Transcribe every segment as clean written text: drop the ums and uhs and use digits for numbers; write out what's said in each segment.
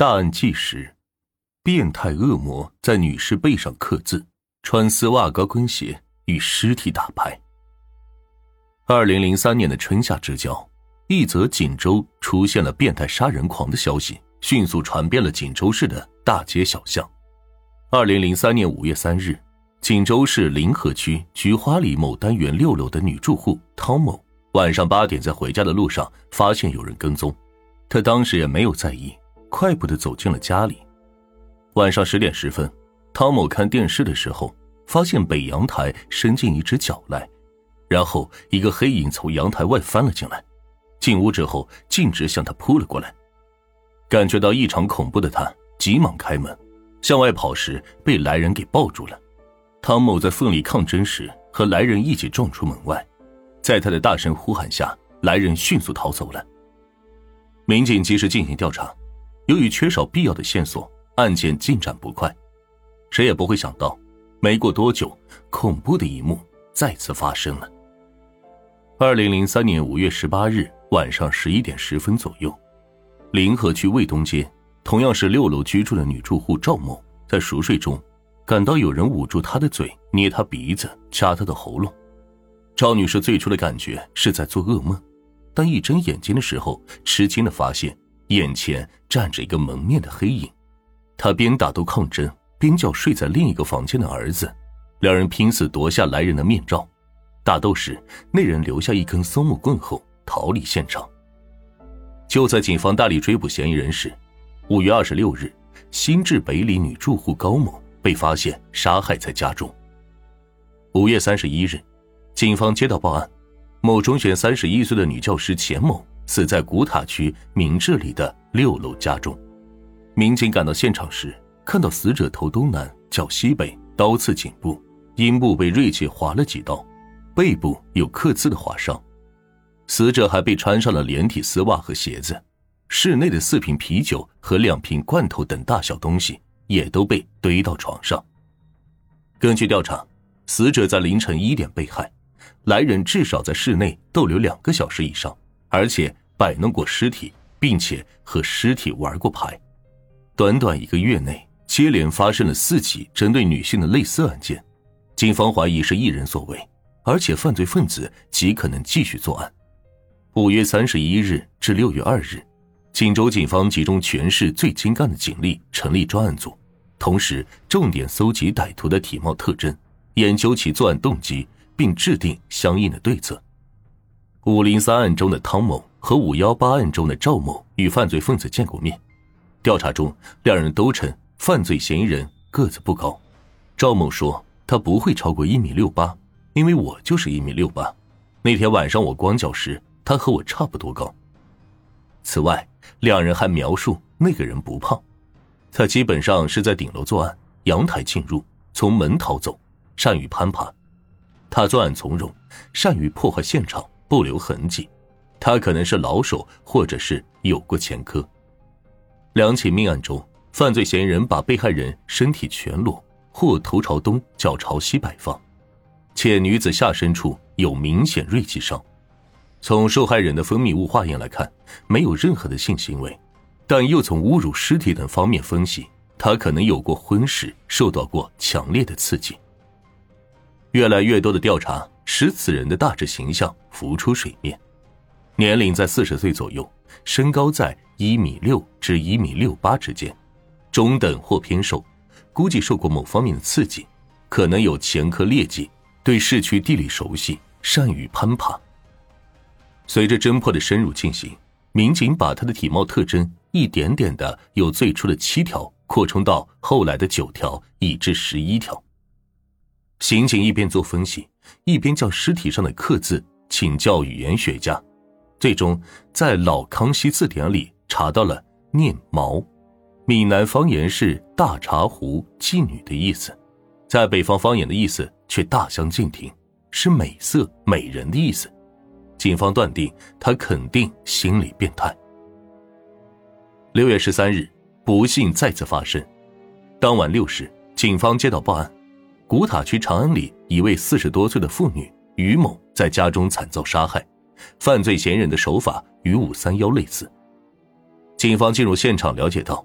大案纪实：变态恶魔在女尸背上刻字，穿丝袜高跟鞋与尸体打牌。2003年的春夏之交，一则锦州出现了变态杀人狂的消息迅速传遍了锦州市的大街小巷。2003年5月3日，锦州市临河区菊花里某单元6楼的女住户汤某晚上8点在回家的路上发现有人跟踪，她当时也没有在意，快步地走进了家里。晚上10点10分，汤某看电视的时候，发现北阳台伸进一只脚来，然后一个黑影从阳台外翻了进来，进屋之后径直向他扑了过来。感觉到异常恐怖的他急忙开门，向外跑时被来人给抱住了。汤某在奋力抗争时和来人一起撞出门外，在他的大声呼喊下，来人迅速逃走了。民警及时进行调查，由于缺少必要的线索，案件进展不快。谁也不会想到，没过多久，恐怖的一幕再次发生了。2003年5月18日晚上11点10分左右，临河区卫东街同样是6楼居住的女住户赵某在熟睡中感到有人捂住她的嘴，捏她鼻子，掐她的喉咙。赵女士最初的感觉是在做噩梦，但一睁眼睛的时候，吃惊地发现眼前站着一个蒙面的黑影。她边打斗抗争，边叫睡在另一个房间的儿子，两人拼死夺下来人的面罩。打斗时，那人留下一根松木棍后逃离现场。就在警方大力追捕嫌疑人时，5月26日，新至北里女住户高某被发现杀害在家中。5月31日，警方接到报案，某中学31岁的女教师钱某死在古塔区明治里的6楼家中。民警赶到现场时，看到死者头东南，脚西北，刀刺颈部，阴部被锐器划了几刀，背部有刻字的划伤。死者还被穿上了连体丝袜和鞋子，室内的4瓶啤酒和2瓶罐头等大小东西也都被堆到床上。根据调查，死者在凌晨1点被害，来人至少在室内逗留2个小时以上，而且摆弄过尸体，并且和尸体玩过牌。短短1个月内，接连发生了4起针对女性的类似案件，警方怀疑是一人所为，而且犯罪分子极可能继续作案。5月31日至6月2日，锦州警方集中全市最精干的警力成立专案组，同时重点搜集歹徒的体貌特征，研究其作案动机，并制定相应的对策。503案中的汤某和518案中的赵某与犯罪分子见过面，调查中两人都称犯罪嫌疑人个子不高。赵某说他不会超过1.68米，因为我就是1.68米，那天晚上我光脚时他和我差不多高。此外，两人还描述那个人不胖，他基本上是在顶楼作案，阳台进入，从门逃走，善于攀爬。他作案从容，善于破坏现场，不留痕迹，他可能是老手，或者是有过前科。2起命案中，犯罪嫌疑人把被害人身体全裸，或头朝东，脚朝西摆放，且女子下身处有明显锐器伤。从受害人的分泌物化验来看，没有任何的性行为，但又从侮辱尸体等方面分析，他可能有过婚史，受到过强烈的刺激。越来越多的调查使此人的大致形象浮出水面，年龄在40岁左右，身高在1.6米至1.68米之间，中等或偏瘦，估计受过某方面的刺激，可能有前科劣迹，对市区地理熟悉，善于攀爬。随着侦破的深入进行，民警把他的体貌特征一点点的由最初的7条扩充到后来的9条，以至11条。刑警一边做分析，一边将尸体上的刻字请教语言学家，最终在老康熙字典里查到了念毛，闽南方言是大茶壶妓女的意思，在北方方言的意思却大相径庭，是美色美人的意思。警方断定他肯定心理变态。6月13日，不幸再次发生。当晚6时，警方接到报案，古塔区长安里一位40多岁的妇女于某在家中惨遭杀害，犯罪嫌疑人的手法与531类似。警方进入现场了解到，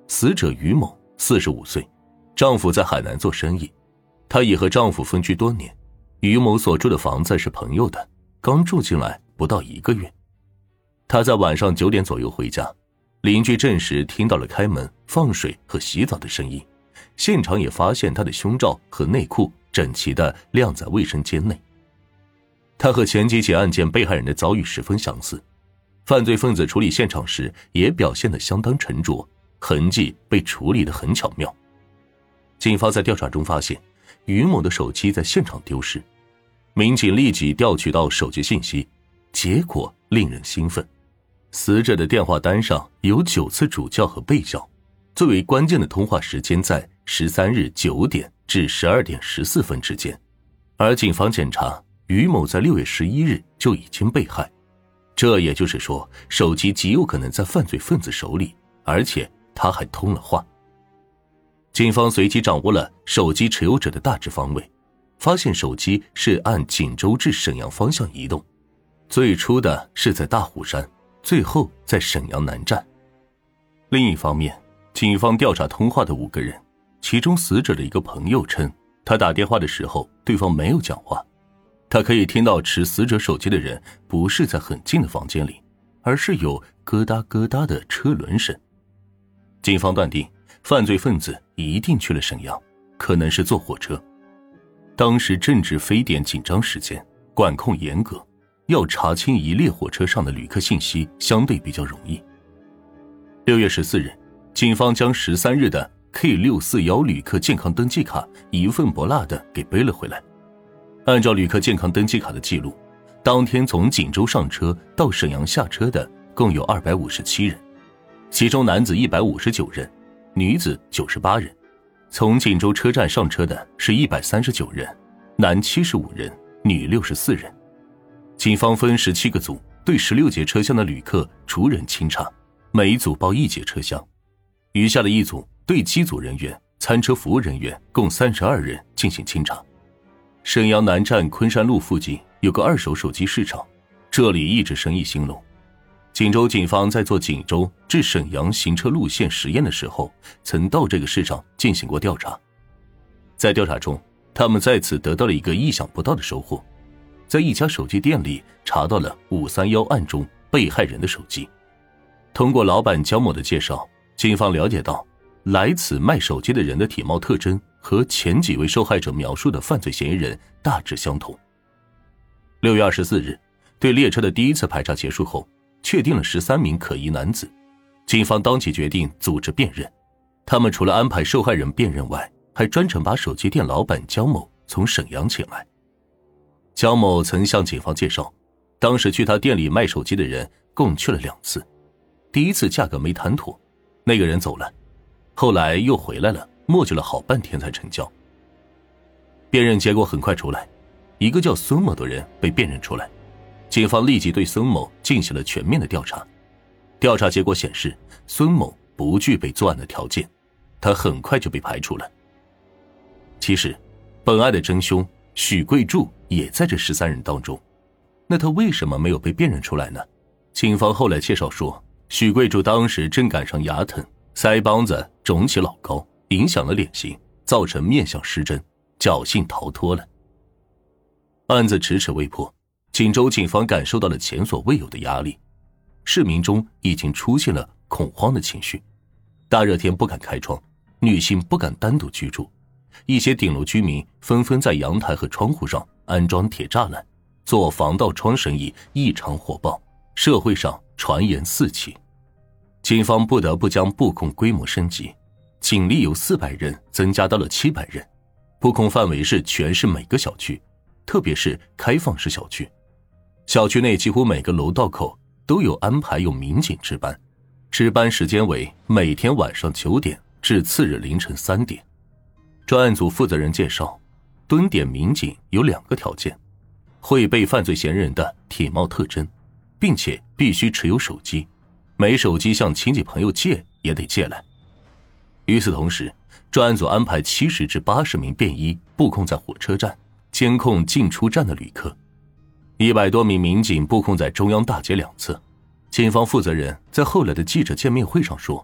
死者于某45岁，丈夫在海南做生意，她已和丈夫分居多年。于某所住的房子是朋友的，刚住进来不到1个月。她在晚上9点左右回家，邻居证实听到了开门、放水和洗澡的声音，现场也发现她的胸罩和内裤整齐地晾在卫生间内。她和前几起案件被害人的遭遇十分相似，犯罪分子处理现场时也表现得相当沉着，痕迹被处理得很巧妙。警方在调查中发现于某的手机在现场丢失，民警立即调取到手机信息，结果令人兴奋。死者的电话单上有9次主叫和被叫，最为关键的通话时间在13日9点至12点14分之间，而警方检查于某在6月11日就已经被害，这也就是说手机极有可能在犯罪分子手里，而且他还通了话。警方随即掌握了手机持有者的大致方位，发现手机是按锦州至沈阳方向移动，最初的是在大虎山，最后在沈阳南站。另一方面，警方调查通话的5个人，其中死者的一个朋友称，他打电话的时候对方没有讲话，他可以听到持死者手机的人不是在很近的房间里，而是有咯哒咯哒的车轮声。警方断定犯罪分子一定去了沈阳，可能是坐火车。当时正值非典紧张时间，管控严格，要查清一列火车上的旅客信息相对比较容易。6月14日，警方将13日的 K641 旅客健康登记卡一份不落的给背了回来。按照旅客健康登记卡的记录，当天从锦州上车到沈阳下车的共有257人，其中男子159人，女子98人。从锦州车站上车的是139人，男75人，女64人。警方分17个组，对16节车厢的旅客逐人清查，每一组报1节车厢。余下的一组对机组人员、餐车服务人员共32人进行清查。沈阳南站昆山路附近有个2手手机市场，这里一直生意兴隆。锦州警方在做锦州至沈阳行车路线实验的时候，曾到这个市场进行过调查。在调查中，他们再次得到了一个意想不到的收获，在一家手机店里查到了531案中被害人的手机。通过老板焦某的介绍，警方了解到来此卖手机的人的体貌特征和前几位受害者描述的犯罪嫌疑人大致相同。6月24日，对列车的第一次排查结束后，确定了13名可疑男子，警方当即决定组织辨认。他们除了安排受害人辨认外，还专程把手机店老板焦某从沈阳请来。焦某曾向警方介绍，当时去他店里卖手机的人共去了2次，第一次价格没谈妥，那个人走了，后来又回来了，磨叽了好半天才成交。辨认结果很快出来，一个叫孙某的人被辨认出来，警方立即对孙某进行了全面的调查。调查结果显示，孙某不具备作案的条件，他很快就被排除了。其实，本案的真凶许贵柱也在这13人当中，那他为什么没有被辨认出来呢？警方后来介绍说，许贵柱当时正赶上牙疼，腮帮子肿起老高，影响了脸型，造成面相失真，侥幸逃脱了。案子迟迟未破，锦州警方感受到了前所未有的压力，市民中已经出现了恐慌的情绪。大热天不敢开窗，女性不敢单独居住，一些顶楼居民纷纷在阳台和窗户上安装铁栅栏，做防盗窗生意异常火爆，社会上传言四起。警方不得不将布控规模升级，警力由400人增加到了700人，布控范围是全市每个小区，特别是开放式小区。小区内几乎每个楼道口都有安排有民警值班，值班时间为每天晚上9点至次日凌晨3点。专案组负责人介绍，蹲点民警有2个条件：会背犯罪嫌疑人的体貌特征，并且必须持有手机，没手机向亲戚朋友借也得借来。与此同时，专案组安排70至80名便衣布控在火车站，监控进出站的旅客。100多名民警布控在中央大街2侧。警方负责人在后来的记者见面会上说，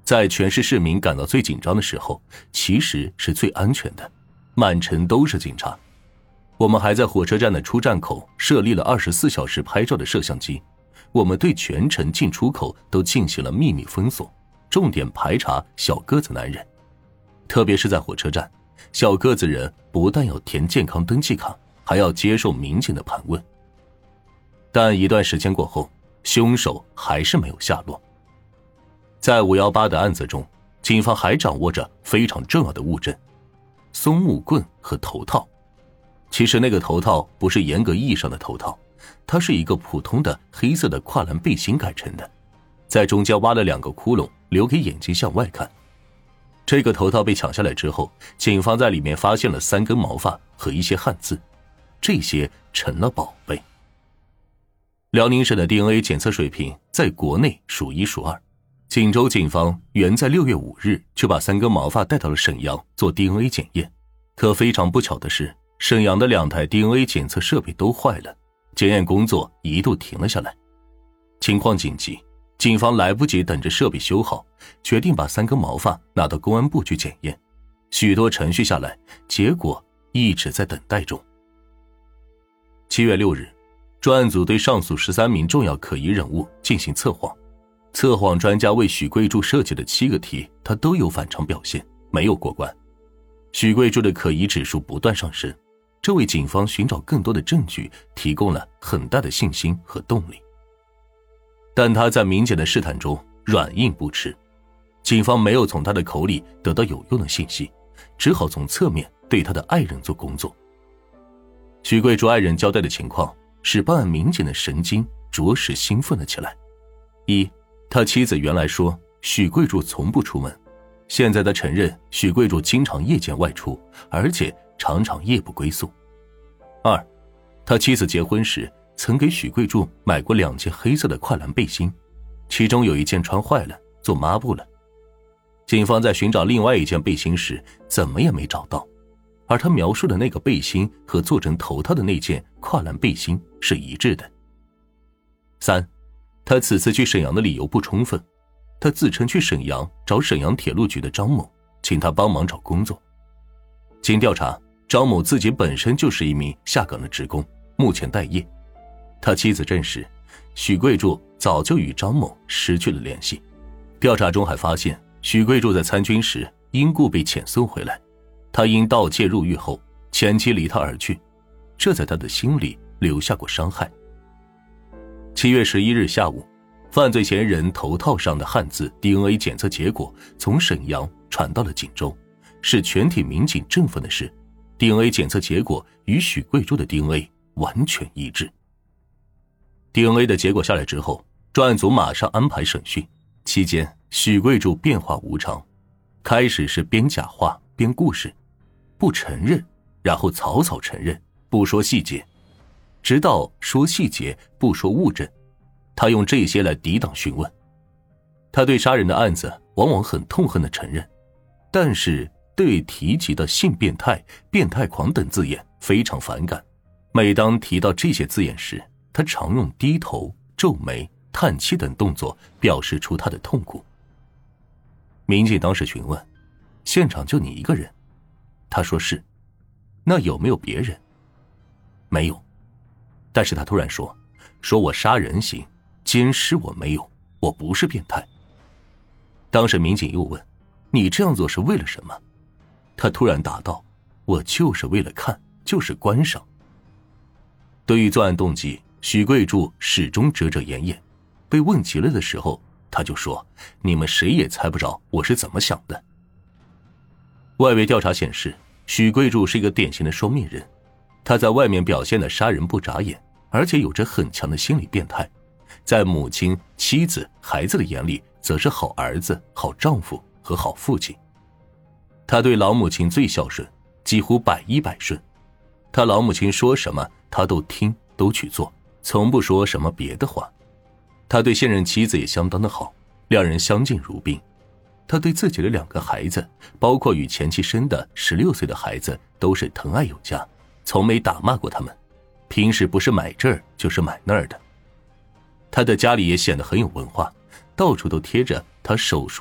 在全市市民感到最紧张的时候，其实是最安全的，满城都是警察。我们还在火车站的出站口设立了24小时拍照的摄像机，我们对全城进出口都进行了秘密封锁，重点排查小个子男人。特别是在火车站，小个子人不但要填健康登记卡，还要接受民警的盘问。但一段时间过后，凶手还是没有下落。在518的案子中，警方还掌握着非常重要的物证：松木棍和头套。其实那个头套不是严格意义上的头套，它是一个普通的黑色的跨栏背心改成的，在中间挖了2个窟窿，留给眼睛向外看。这个头套被抢下来之后，警方在里面发现了3根毛发和一些汉字，这些成了宝贝。辽宁省的 DNA 检测水平在国内数1数2，锦州警方原在6月5日就把3根毛发带到了沈阳做 DNA 检验，可非常不巧的是，沈阳的2台 DNA 检测设备都坏了，检验工作一度停了下来。情况紧急，警方来不及等着设备修好，决定把3根毛发拿到公安部去检验。许多程序下来，结果一直在等待中。7月6日，专案组对上述13名重要可疑人物进行测谎。测谎专家为许桂柱设计的7个题，他都有反常表现，没有过关。许桂柱的可疑指数不断上升，这为警方寻找更多的证据提供了很大的信心和动力。但他在民警的试探中软硬不吃，警方没有从他的口里得到有用的信息，只好从侧面对他的爱人做工作。许桂柱爱人交代的情况使办案民警的神经着实兴奋了起来。一，他妻子原来说许桂柱从不出门，现在他承认许桂柱经常夜间外出，而且常常夜不归宿。2，他妻子结婚时曾给许桂柱买过2件黑色的跨栏背心，其中有一件穿坏了，做抹布了。警方在寻找另外一件背心时怎么也没找到，而他描述的那个背心和做成头套的那件跨栏背心是一致的。3，他此次去沈阳的理由不充分，他自称去沈阳找沈阳铁路局的张某，请他帮忙找工作。经调查，张某自己本身就是一名下岗的职工，目前待业。他妻子证实，许桂柱早就与张某失去了联系。调查中还发现，许桂柱在参军时因故被遣送回来，他因盗窃入狱后，前妻离他而去，这在他的心里留下过伤害。7月11日下午，犯罪嫌疑人头套上的汉字 DNA 检测结果从沈阳传到了锦州，是全体民警振奋的事。DNA 检测结果与许桂柱的 DNA 完全一致。DNA 的结果下来之后，专案组马上安排审讯。期间，许桂柱变化无常，开始是编假话、编故事，不承认，然后草草承认，不说细节，直到说细节不说物证，他用这些来抵挡讯问。他对杀人的案子往往很痛恨地承认，但是对提及的性变态、变态狂等字眼非常反感。每当提到这些字眼时，他常用低头、皱眉、叹气等动作表示出他的痛苦。民警当时询问，现场就你一个人？他说是。那有没有别人？没有。但是他突然说我杀人行，奸尸我没有，我不是变态。当时民警又问，你这样做是为了什么？他突然答道，我就是为了看，就是观赏。对于作案动机，许桂柱始终遮遮掩掩，被问急了的时候，他就说，你们谁也猜不着我是怎么想的。外围调查显示，许桂柱是一个典型的双面人，他在外面表现的杀人不眨眼，而且有着很强的心理变态，在母亲、妻子、孩子的眼里则是好儿子、好丈夫和好父亲。他对老母亲最孝顺，几乎100%顺，他老母亲说什么他都听都去做，从不说什么别的话。他对现任妻子也相当的好，两人相敬如宾。他对自己的2个孩子，包括与前妻生的16岁的孩子，都是疼爱有加，从没打骂过他们，平时不是买这儿就是买那儿的。他的家里也显得很有文化，到处都贴着他手书的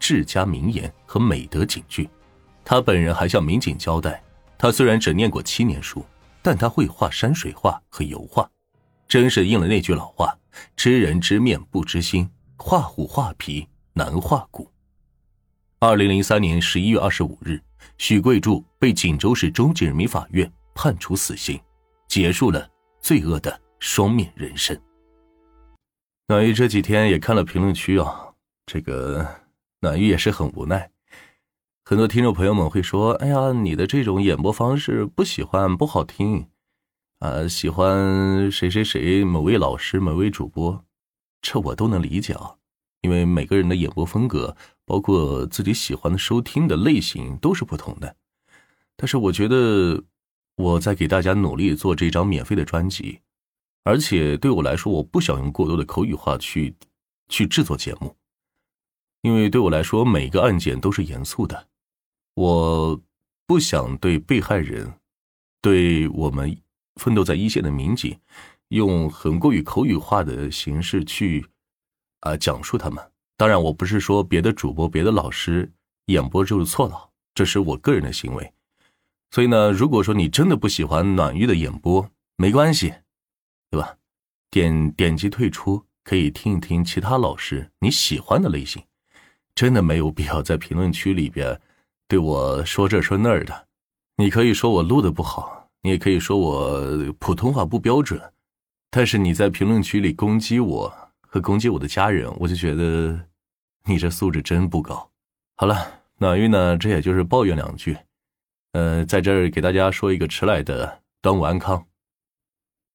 治家名言和美德警句。他本人还向民警交代，他虽然只念过7年书，但他会画山水画和油画，真是应了那句老话，知人知面不知心，画虎画皮难画骨。2003年11月25日，许贵柱被锦州市中级人民法院判处死刑，结束了罪恶的双面人生。暖玉这几天也看了评论区这个暖玉也是很无奈。很多听众朋友们会说，哎呀，你的这种演播方式不喜欢，不好听喜欢谁谁谁某位老师某位主播，这我都能理解因为每个人的演播风格包括自己喜欢的收听的类型都是不同的。但是我觉得我在给大家努力做这张免费的专辑，而且对我来说我不想用过多的口语化去制作节目，因为对我来说每个案件都是严肃的，我不想对被害人，对我们奋斗在一线的民警用很过于口语化的形式去讲述他们。当然我不是说别的主播别的老师演播就是错了，这是我个人的行为。所以呢，如果说你真的不喜欢暖玉的演播，没关系，对吧？点击退出，可以听一听其他老师你喜欢的类型，真的没有必要在评论区里边对我说这说那儿的。你可以说我录的不好，你也可以说我普通话不标准，但是你在评论区里攻击我和攻击我的家人，我就觉得你这素质真不高。好了，暖玉呢，这也就是抱怨2句。在这儿给大家说一个迟来的端午安康。